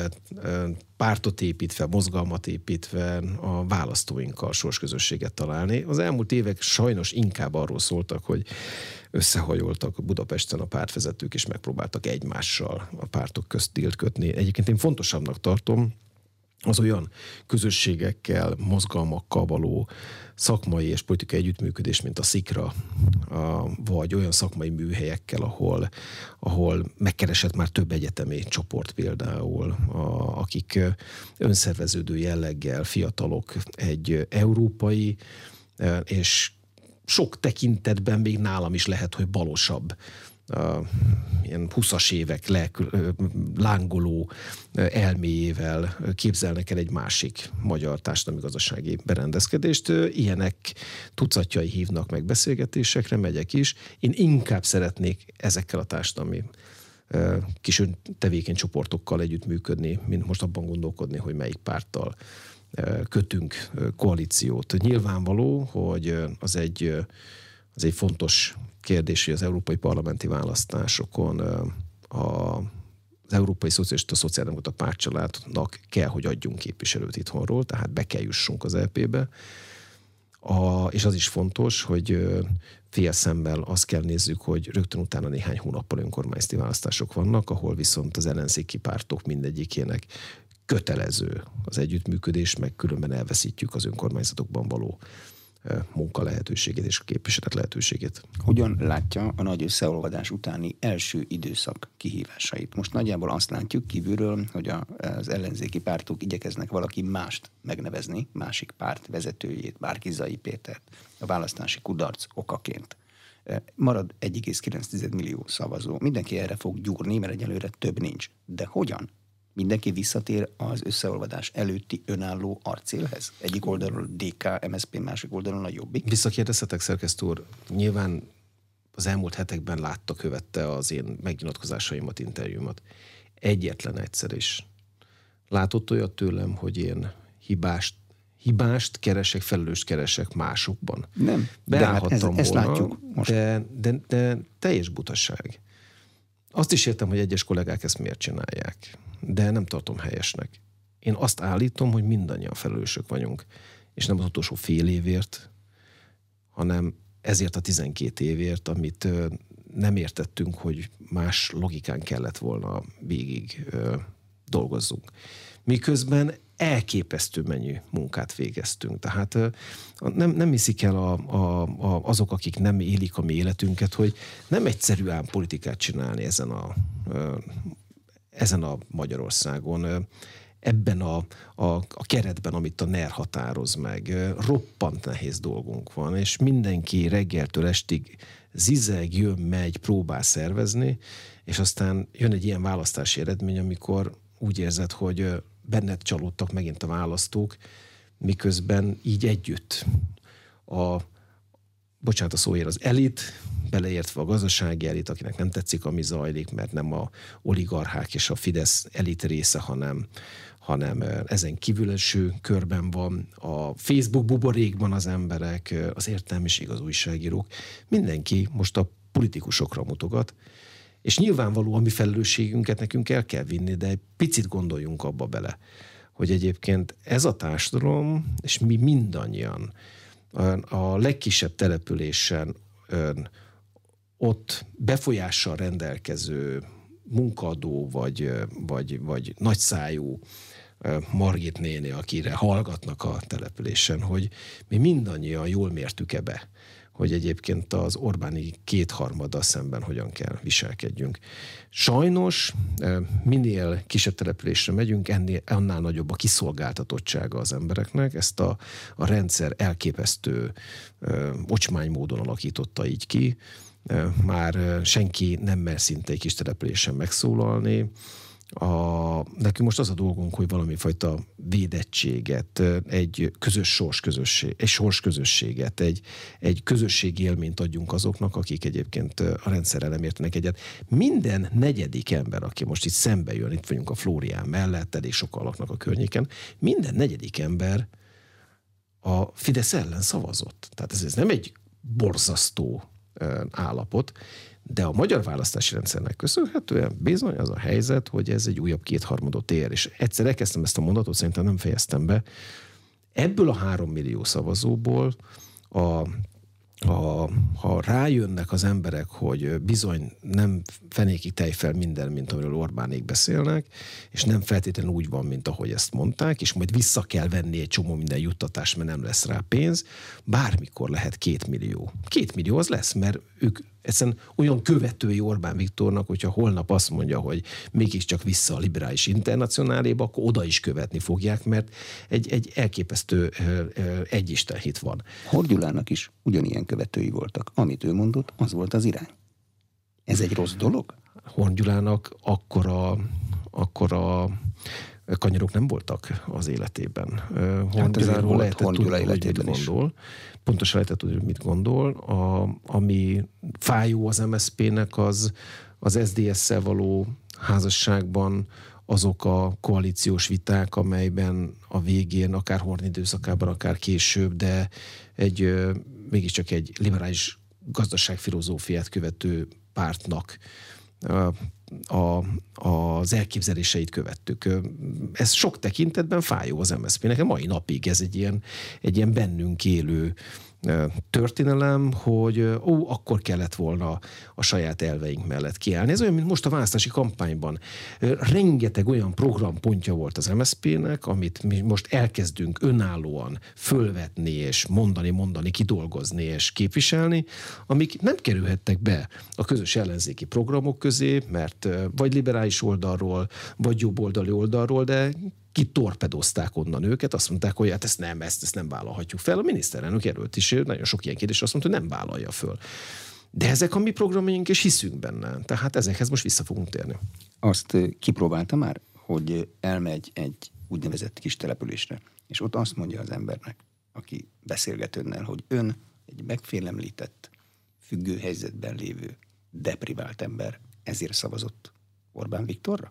pártot építve, mozgalmat építve a választóinkkal sorsközösséget találni. Az elmúlt évek sajnos inkább arról szóltak, hogy összehajoltak Budapesten a pártvezetők, és megpróbáltak egymással a pártok közt dílt kötni. Egyébként én fontosabbnak tartom az olyan közösségekkel, mozgalmakkal való szakmai és politikai együttműködés, mint a SZIKRA, vagy olyan szakmai műhelyekkel, ahol megkeresett már több egyetemi csoport például, akik önszerveződő jelleggel fiatalok, egy európai, és sok tekintetben még nálam is lehet, hogy balosabb, ilyen 20-as évek lángoló elméjével képzelnek el egy másik magyar társadalmi-gazdasági berendezkedést. Ilyenek tucatjai hívnak meg beszélgetésekre, megyek is. Én inkább szeretnék ezekkel a társadalmi kis tevékeny csoportokkal együttműködni, mint most abban gondolkodni, hogy melyik párttal kötünk koalíciót. Nyilvánvaló, hogy az egy fontos kérdés, hogy az európai parlamenti választásokon az Európai Szocialista Szociáldemokrata Pártcsaládnak kell, hogy adjunk képviselőt itthonról, tehát be kell jussunk az EP-be. És az is fontos, hogy fél szemmel azt kell nézzük, hogy rögtön utána néhány hónappal önkormányzati választások vannak, ahol viszont az ellenzéki pártok mindegyikének kötelező az együttműködés, meg különben elveszítjük az önkormányzatokban való munka lehetőségét és képviselet lehetőségét. Hogyan látja a nagy összeolvadás utáni első időszak kihívásait? Most nagyjából azt látjuk kívülről, hogy az ellenzéki pártok igyekeznek valaki mást megnevezni, másik párt vezetőjét, Márki-Zay Pétert, a választási kudarc okaként. Marad 1,9 millió szavazó. Mindenki erre fog gyúrni, mert egyelőre több nincs. De hogyan? mindenki visszatér az összeolvadás előtti önálló arcélhez? Egyik oldalról DK, MSZP, másik oldalon a Jobbik? Visszakérdezhetek, szerkesztő úr, nyilván az elmúlt hetekben látta, követte az én megnyilatkozásaimat, interjúmat. Egyetlen egyszer is látott olyat tőlem, hogy én hibást keresek, felelőst keresek másokban. Nem, beállhattam de ezt volna, látjuk most. De teljes butaság. Azt is értem, hogy egyes kollégák ezt miért csinálják, de nem tartom helyesnek. Én azt állítom, hogy mindannyian felelősök vagyunk, és nem az utolsó fél évért, hanem ezért a 12 évért, amit nem értettünk, hogy más logikán kellett volna végig dolgozzunk. Miközben elképesztő mennyi munkát végeztünk. Tehát nem hiszik el azok, akik nem élik a mi életünket, hogy nem egyszerű ám politikát csinálni ezen a Magyarországon, ebben a keretben, amit a NER határoz meg. Roppant nehéz dolgunk van, és mindenki reggeltől estig zizeg, jön, megy, próbál szervezni, és aztán jön egy ilyen választási eredmény, amikor úgy érzed, hogy benned csalódtak megint a választók, miközben így együtt bocsánat a szóért, az elit, beleértve a gazdasági elit, akinek nem tetszik, ami zajlik, mert nem a oligarchák és a Fidesz elit része, hanem ezen kívüleső körben van, a Facebook buborékban az emberek, az értelmiség, az újságírók, mindenki most a politikusokra mutogat, és nyilvánvaló a mi felelősségünket nekünk el kell vinni, de egy picit gondoljunk abba bele, hogy egyébként ez a társadalom, és mi mindannyian a legkisebb településen ott befolyással rendelkező munkadó vagy nagyszájú Margit néni, akire hallgatnak a településen, hogy mi mindannyian jól mértük be, hogy egyébként az Orbáni kétharmaddal szemben hogyan kell viselkedjünk. Sajnos minél kisebb településre megyünk, annál nagyobb a kiszolgáltatottsága az embereknek. Ezt a rendszer elképesztő ocsmány módon alakította így ki. Már senki nem mer szinte egy kis településen megszólalni. Nekünk most az a dolgunk, hogy valami fajta védettséget, egy sorsközösséget, egy közösségi élményt adjunk azoknak, akik egyébként a rendszerrel nem értenek egyet. Minden negyedik ember, aki most itt szembe jön, itt vagyunk a Flórián mellett, elég sokan laknak a környéken, minden negyedik ember a Fidesz ellen szavazott. Tehát ez nem egy borzasztó állapot, de a magyar választási rendszernek köszönhetően bizony az a helyzet, hogy ez egy újabb kétharmadot ér. És egyszer elkezdtem ezt a mondatot, szerintem nem fejeztem be. Ebből a 3 millió szavazóból ha rájönnek az emberek, hogy bizony nem fenéki tejfel minden, mint amiről Orbánék beszélnek, és nem feltétlenül úgy van, mint ahogy ezt mondták, és majd vissza kell venni egy csomó minden juttatást, mert nem lesz rá pénz, bármikor lehet 2 millió. 2 millió az lesz, mert ők egyszerűen olyan követői Orbán Viktornak, hogyha holnap azt mondja, hogy mégiscsak vissza a liberális internacionáléba, akkor oda is követni fogják, mert egy elképesztő egyisten hit van. Horn Gyulának is ugyanilyen követői voltak. Amit ő mondott, az volt az irány. Ez egy rossz dolog? Horn Gyulának akkora kanyarok nem voltak az életében. Horn Gyuláról lehetett tudni, hogy mit gondol. Pontosan lehetett tudni, hogy mit gondol. Ami fájó az MSZP-nek, az SZDSZ-szel való házasságban azok a koalíciós viták, amelyben a végén, akár Horn időszakában, akár később, de mégiscsak egy liberális gazdaságfilozófiát követő pártnak az elképzeléseit követtük. Ez sok tekintetben fájó az MSZP-nek. A mai napig ez egy ilyen bennünk élő történelem, hogy akkor kellett volna a saját elveink mellett kiállni. Ez olyan, mint most a választási kampányban. Rengeteg olyan programpontja volt az MSZP-nek, amit mi most elkezdünk önállóan fölvetni és mondani, kidolgozni és képviselni, amik nem kerülhettek be a közös ellenzéki programok közé, mert vagy liberális oldalról, vagy jobboldali oldalról, de kitorpedozták onnan őket, azt mondták, hogy hát ezt nem vállalhatjuk fel. A miniszterelnök jelölt is nagyon sok ilyen kérdés azt mondta, hogy nem vállalja föl. De ezek a mi programjaink, és hiszünk benne. Tehát ezekhez most vissza fogunk térni. Azt kipróbálta már, hogy elmegy egy úgynevezett kis településre, és ott azt mondja az embernek, aki beszélget önnel, hogy ön egy megfélemlített, függő helyzetben lévő, deprivált ember, ezért szavazott Orbán Viktorra?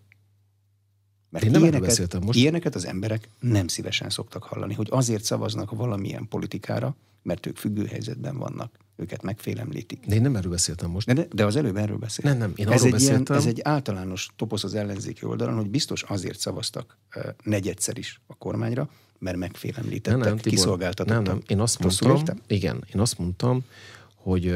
Mert ilyeneket az emberek nem szívesen szoktak hallani, hogy azért szavaznak valamilyen politikára, mert ők függő helyzetben vannak. Őket megfélemlítik. De én nem erről beszéltem most. De az előbb erről beszéltem. Nem, én arról beszéltem. Ez egy általános toposz az ellenzéki oldalon, hogy biztos azért szavaztak negyedszer is a kormányra, mert megfélemlítettek, kiszolgáltatottak. Nem, én azt mondtam, én azt mondtam, hogy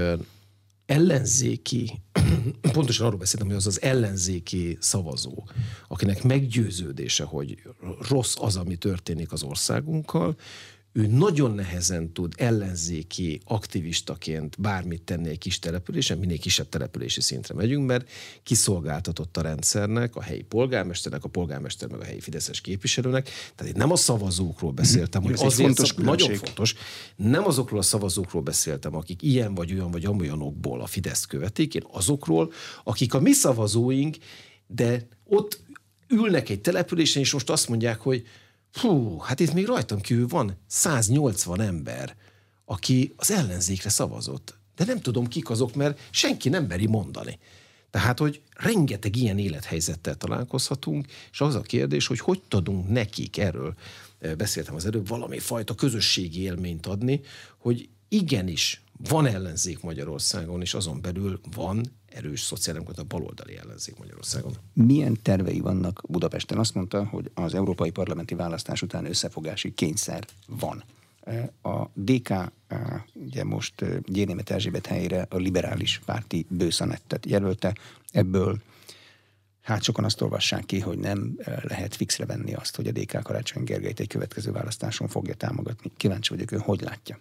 ellenzéki, pontosan arról beszéltem, hogy az ellenzéki szavazó, akinek meggyőződése, hogy rossz az, ami történik az országunkkal, ő nagyon nehezen tud ellenzéki aktivistaként bármit tenni egy kis településen, minél kisebb települési szintre megyünk, mert kiszolgáltatott a rendszernek, a helyi polgármesternek, a polgármester meg a helyi fideszes képviselőnek. Tehát én nem a szavazókról beszéltem, hogy azért nagyon fontos, nem azokról a szavazókról beszéltem, akik ilyen vagy olyan vagy amolyanokból a Fideszt követik, én azokról, akik a mi szavazóink, de ott ülnek egy településen, és most azt mondják, hogy hát itt még rajtam kívül van 180 ember, aki az ellenzékre szavazott. De nem tudom kik azok, mert senki nem meri mondani. Tehát, hogy rengeteg ilyen élethelyzettel találkozhatunk, és az a kérdés, hogy tudunk nekik, erről beszéltem az előbb, valami fajta közösségi élményt adni, hogy igenis van ellenzék Magyarországon, és azon belül van erős szociáldemokrata baloldali ellenzék Magyarországon. Milyen tervei vannak Budapesten? Azt mondta, hogy az európai parlamenti választás után összefogási kényszer van. A DK ugye most Gyénémet Erzsébet helyére a liberális párti Bőszanettet jelölte. Ebből sokan azt olvassák ki, hogy nem lehet fixre venni azt, hogy a DK Karácsony Gergelyt egy következő választáson fogja támogatni. Kíváncsi vagyok, ön hogy látja?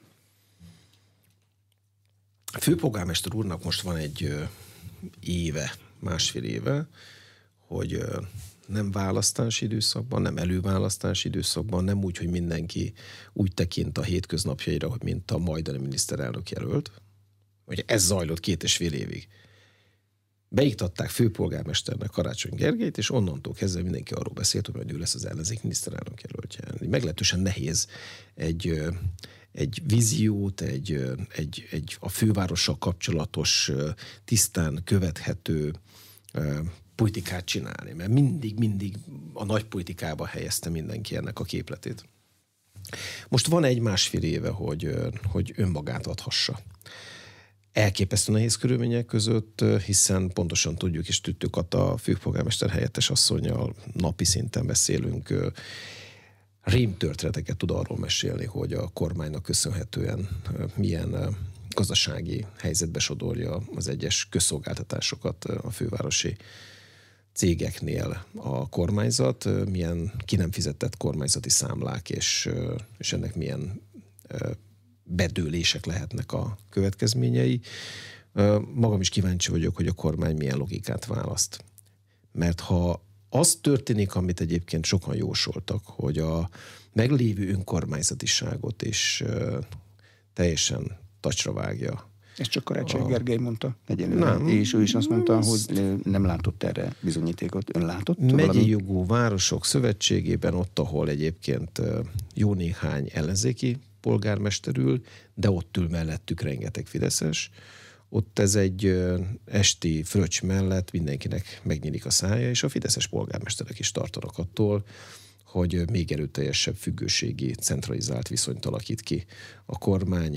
A főpolgármester úrnak most van egy másfél éve, hogy nem választási időszakban, nem előválasztási időszakban, nem úgy, hogy mindenki úgy tekint a hétköznapjaira, hogy mint a majdani miniszterelnök jelölt. Ugye ez zajlott 2,5 évig. Beiktatták főpolgármesternek Karácsony Gergelyt, és onnantól kezdve mindenki arról beszélt, hogy ő lesz az ellenzék miniszterelnök jelöltje. Meglehetősen nehéz egy víziót, a fővárossal kapcsolatos, tisztán követhető politikát csinálni, mert mindig a nagy politikába helyezte mindenki ennek a képletét. Most van 1,5 éve, hogy önmagát adhassa. Elképesztő nehéz körülmények között, hiszen pontosan tudjuk, és tudtuk, a főpolgármester helyettes asszonnyal napi szinten beszélünk, rémtörténeteket tud arról mesélni, hogy a kormánynak köszönhetően milyen gazdasági helyzetbe sodorja az egyes közszolgáltatásokat a fővárosi cégeknél a kormányzat, milyen ki nem fizetett kormányzati számlák, és ennek milyen bedőlések lehetnek a következményei. Magam is kíváncsi vagyok, hogy a kormány milyen logikát választ. Mert ha az történik, amit egyébként sokan jósoltak, hogy a meglévő önkormányzatiságot is teljesen tacsra vágja. Ezt csak Karácsony Gergely mondta egyelőre. És ő is azt mondta, hogy nem látott erre bizonyítékot. Ön látott? Megyei jogú városok szövetségében, ott, ahol egyébként jó néhány ellenzéki polgármester ül, de ott ül mellettük rengeteg fideszes. Ott ez egy esti fröccs mellett mindenkinek megnyílik a szája, és a fideszes polgármesterek is tartanak attól, hogy még erőteljesebb függőségi, centralizált viszonyt alakít ki a kormány,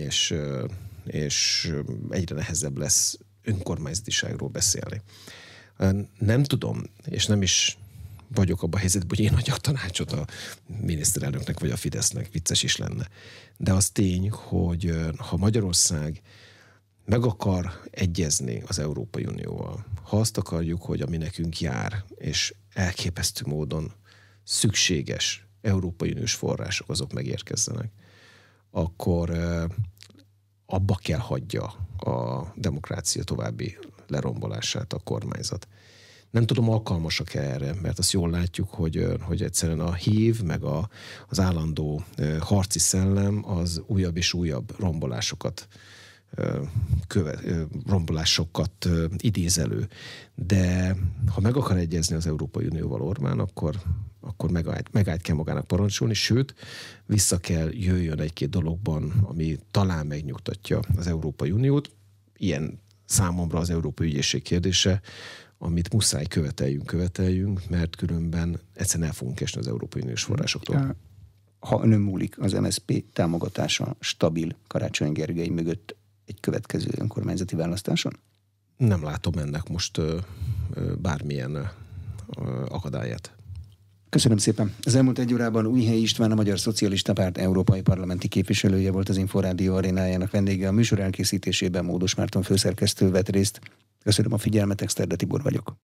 és egyre nehezebb lesz önkormányzatiságról beszélni. Nem tudom, és nem is vagyok abban a helyzetben, hogy én adjak tanácsot a miniszterelnöknek vagy a Fidesznek, vicces is lenne. De az tény, hogy ha Magyarország meg akar egyezni az Európai Unióval, ha azt akarjuk, hogy ami nekünk jár, és elképesztő módon szükséges Európai Uniós források azok megérkezzenek, akkor abba kell hagyja a demokrácia további lerombolását a kormányzat. Nem tudom, alkalmasak-e erre, mert azt jól látjuk, hogy egyszerűen a hív, meg az állandó harci szellem az újabb és újabb rombolásokat rombolásokat idéz elő. De ha meg akar egyezni az Európai Unióval Orbán, akkor megállt kell magának parancsolni, sőt, vissza kell jöjjön egy-két dologban, ami talán megnyugtatja az Európai Uniót. Ilyen számomra az Európai Ügyészség kérdése, amit muszáj követeljünk, mert különben egyszerűen el fogunk esni az Európai Uniós forrásoktól. Ha önön múlik, az MSZP támogatása stabil Karácsony Gergely mögött egy következő önkormányzati választáson? Nem látom ennek most bármilyen akadályát. Köszönöm szépen. Az elmúlt egy órában Újhelyi István, a Magyar Szocialista Párt európai parlamenti képviselője volt az Inforádió arénájának vendége. A műsor elkészítésében Módos Márton főszerkesztő vett részt. Köszönöm a figyelmet, Exterde Tibor vagyok.